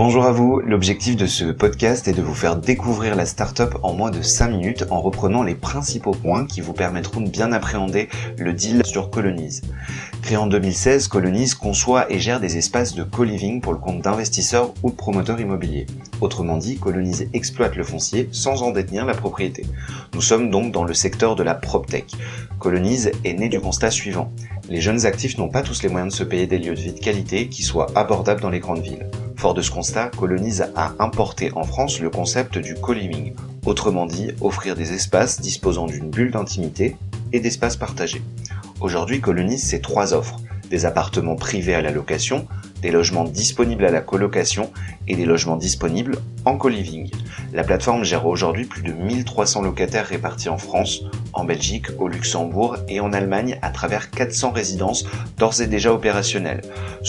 Bonjour à vous, l'objectif de ce podcast est de vous faire découvrir la startup en moins de 5 minutes en reprenant les principaux points qui vous permettront de bien appréhender le deal sur Colonize. Créé en 2016, Colonize conçoit et gère des espaces de co-living pour le compte d'investisseurs ou de promoteurs immobiliers. Autrement dit, Colonize exploite le foncier sans en détenir la propriété. Nous sommes donc dans le secteur de la PropTech. Colonize est né du constat suivant. Les jeunes actifs n'ont pas tous les moyens de se payer des lieux de vie de qualité qui soient abordables dans les grandes villes. Fort de ce constat, Colonize a importé en France le concept du co-living. Autrement dit, offrir des espaces disposant d'une bulle d'intimité et d'espaces partagés. Aujourd'hui, Colonize, c'est 3 offres. Des appartements privés à la location, des logements disponibles à la colocation et des logements disponibles en co-living. La plateforme gère aujourd'hui plus de 1300 locataires répartis en France, en Belgique, au Luxembourg et en Allemagne à travers 400 résidences d'ores et déjà opérationnelles.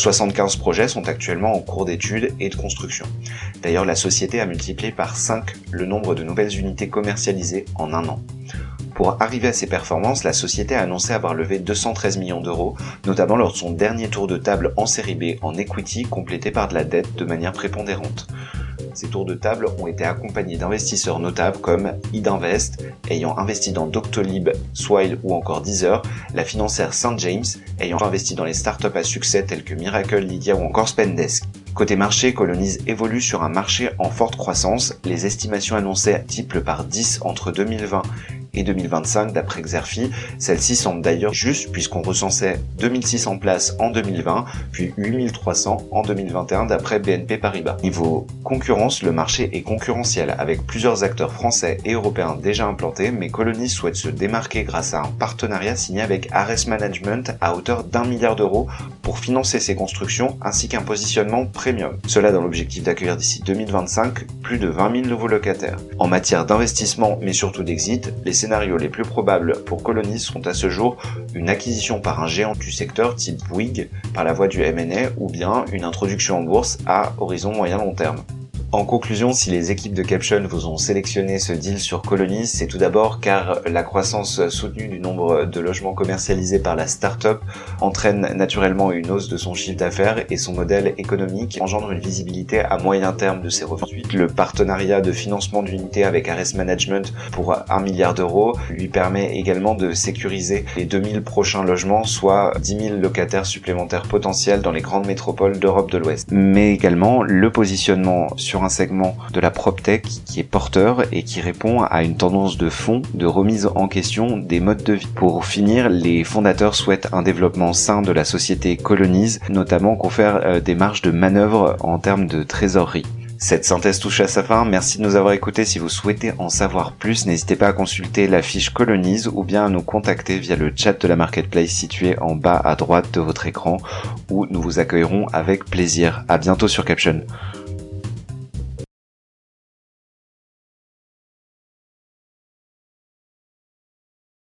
75 projets sont actuellement en cours d'étude et de construction. D'ailleurs, la société a multiplié par 5 le nombre de nouvelles unités commercialisées en un an. Pour arriver à ces performances, la société a annoncé avoir levé 213 millions d'euros, notamment lors de son dernier tour de table en série B en equity complété par de la dette de manière prépondérante. Ces tours de table ont été accompagnés d'investisseurs notables comme Idinvest, ayant investi dans Doctolib, Swile ou encore Deezer, la financière St. James, ayant investi dans les startups à succès tels que Miracle, Lydia ou encore Spendesk. Côté marché, Colonize évolue sur un marché en forte croissance. Les estimations annoncées multiplient par 10 entre 2020 et 2025 d'après Xerfi. Celle-ci semble d'ailleurs juste puisqu'on recensait 2600 places en 2020, puis 8300 en 2021 d'après BNP Paribas. Niveau concurrence, le marché est concurrentiel avec plusieurs acteurs français et européens déjà implantés, mais Colonize souhaite se démarquer grâce à un partenariat signé avec Ares Management à hauteur d'1 milliard d'euros pour financer ses constructions ainsi qu'un positionnement premium. Cela dans l'objectif d'accueillir d'ici 2025 plus de 20 000 nouveaux locataires. En matière d'investissement mais surtout d'exit, les scénarios les plus probables pour Colonize sont à ce jour une acquisition par un géant du secteur type Bouygues par la voie du M&A ou bien une introduction en bourse à horizon moyen-long terme. En conclusion, si les équipes de Caption vous ont sélectionné ce deal sur Colonize, c'est tout d'abord car la croissance soutenue du nombre de logements commercialisés par la start-up entraîne naturellement une hausse de son chiffre d'affaires et son modèle économique engendre une visibilité à moyen terme de ses revenus. Le partenariat de financement d'unités avec Ares Management pour 1 milliard d'euros lui permet également de sécuriser les 2000 prochains logements, soit 10 000 locataires supplémentaires potentiels dans les grandes métropoles d'Europe de l'Ouest. Mais également le positionnement sur un segment de la PropTech qui est porteur et qui répond à une tendance de fond de remise en question des modes de vie. Pour finir, les fondateurs souhaitent un développement sain de la société Colonize, notamment confère des marges de manœuvre en termes de trésorerie. Cette synthèse touche à sa fin, merci de nous avoir écoutés. Si vous souhaitez en savoir plus, n'hésitez pas à consulter la fiche Colonize ou bien à nous contacter via le chat de la marketplace situé en bas à droite de votre écran où nous vous accueillerons avec plaisir. À bientôt sur Caption.